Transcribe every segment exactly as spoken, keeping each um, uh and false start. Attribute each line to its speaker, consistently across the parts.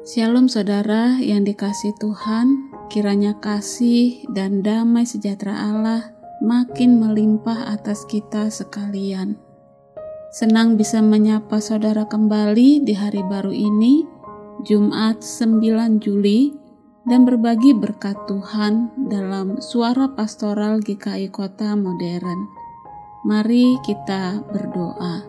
Speaker 1: Shalom saudara yang dikasihi Tuhan, kiranya kasih dan damai sejahtera Allah makin melimpah atas kita sekalian. Senang bisa menyapa saudara kembali di hari baru ini, Jumat sembilan Juli, dan berbagi berkat Tuhan dalam suara pastoral G K I Kota Modern. Mari kita berdoa.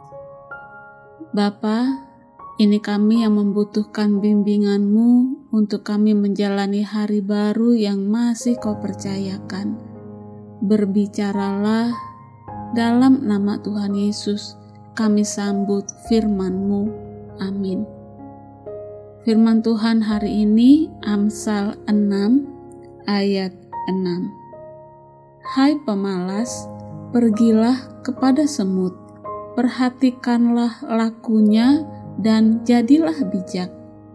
Speaker 1: Bapa, ini kami yang membutuhkan bimbingan-Mu untuk kami menjalani hari baru yang masih Kau percayakan. Berbicaralah, dalam nama Tuhan Yesus kami sambut firman-Mu. Amin. Firman Tuhan hari ini Amsal enam ayat enam. Hai pemalas, pergilah kepada semut, perhatikanlah lakunya dan jadilah bijak.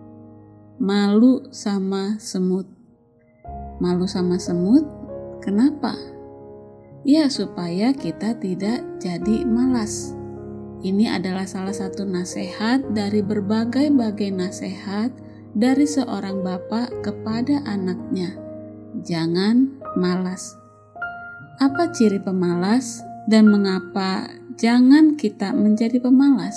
Speaker 1: Malu sama semut. Malu sama semut? Kenapa? Ya, supaya kita tidak jadi malas. Ini adalah salah satu nasihat dari berbagai-bagai nasihat dari seorang bapak kepada anaknya. Jangan malas. Apa ciri pemalas dan mengapa jangan kita menjadi pemalas?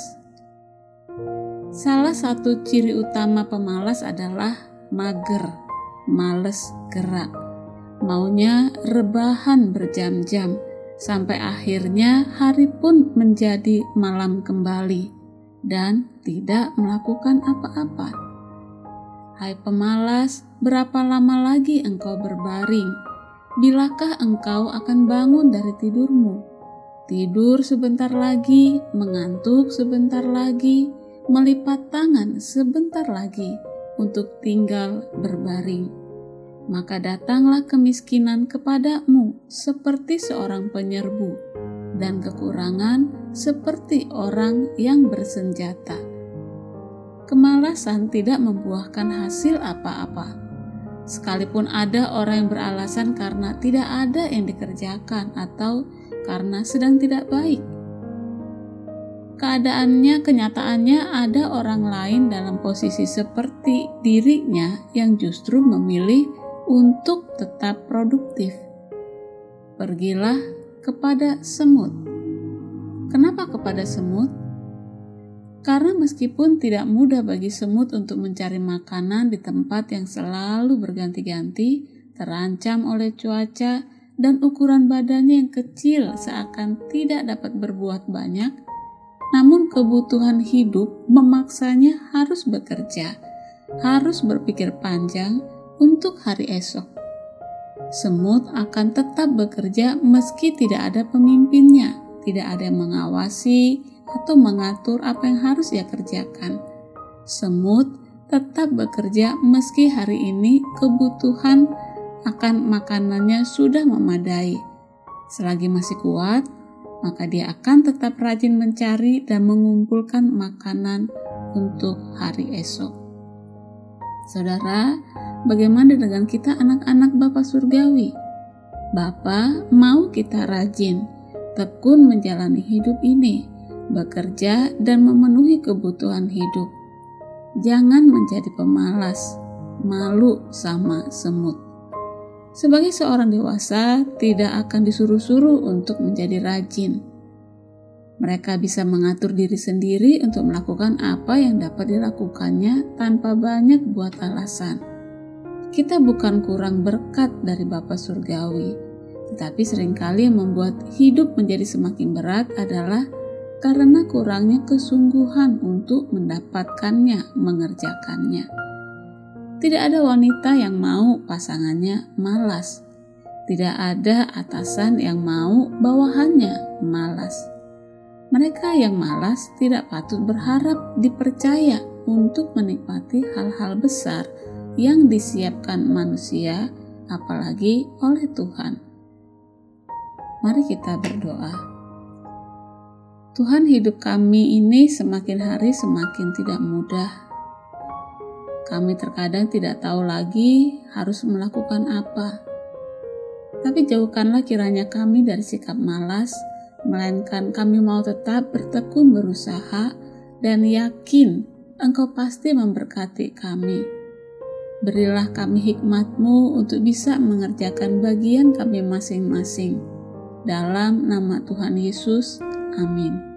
Speaker 1: Salah satu ciri utama pemalas adalah mager, males gerak. Maunya rebahan berjam-jam, sampai akhirnya hari pun menjadi malam kembali dan tidak melakukan apa-apa. Hai pemalas, berapa lama lagi engkau berbaring? Bilakah engkau akan bangun dari tidurmu? Tidur sebentar lagi, mengantuk sebentar lagi, melipat tangan sebentar lagi untuk tinggal berbaring. Maka datanglah kemiskinan kepadamu seperti seorang penyerbu, dan kekurangan seperti orang yang bersenjata. Kemalasan tidak membuahkan hasil apa-apa. Sekalipun ada orang yang beralasan karena tidak ada yang dikerjakan atau karena sedang tidak baik. Keadaannya, kenyataannya ada orang lain dalam posisi seperti dirinya yang justru memilih untuk tetap produktif. Pergilah kepada semut. Kenapa kepada semut? Karena meskipun tidak mudah bagi semut untuk mencari makanan di tempat yang selalu berganti-ganti, terancam oleh cuaca, dan ukuran badannya yang kecil seakan tidak dapat berbuat banyak, namun kebutuhan hidup memaksanya harus bekerja, harus berpikir panjang untuk hari esok. Semut akan tetap bekerja meski tidak ada pemimpinnya, tidak ada yang mengawasi atau mengatur apa yang harus ia kerjakan. Semut tetap bekerja meski hari ini kebutuhan akan makanannya sudah memadai. Selagi masih kuat, maka dia akan tetap rajin mencari dan mengumpulkan makanan untuk hari esok. Saudara, bagaimana dengan kita anak-anak Bapa Surgawi? Bapa mau kita rajin, tekun menjalani hidup ini, bekerja dan memenuhi kebutuhan hidup. Jangan menjadi pemalas, malu sama semut. Sebagai seorang dewasa, tidak akan disuruh-suruh untuk menjadi rajin. Mereka bisa mengatur diri sendiri untuk melakukan apa yang dapat dilakukannya tanpa banyak buat alasan. Kita bukan kurang berkat dari Bapa Surgawi, tetapi seringkali yang membuat hidup menjadi semakin berat adalah karena kurangnya kesungguhan untuk mendapatkannya, mengerjakannya. Tidak ada wanita yang mau pasangannya malas. Tidak ada atasan yang mau bawahannya malas. Mereka yang malas tidak patut berharap dipercaya untuk menikmati hal-hal besar yang disiapkan manusia, apalagi oleh Tuhan. Mari kita berdoa. Tuhan, hidup kami ini semakin hari semakin tidak mudah. Kami terkadang tidak tahu lagi harus melakukan apa. Tapi jauhkanlah kiranya kami dari sikap malas, melainkan kami mau tetap bertekun berusaha dan yakin Engkau pasti memberkati kami. Berilah kami hikmat-Mu untuk bisa mengerjakan bagian kami masing-masing. Dalam nama Tuhan Yesus, amin.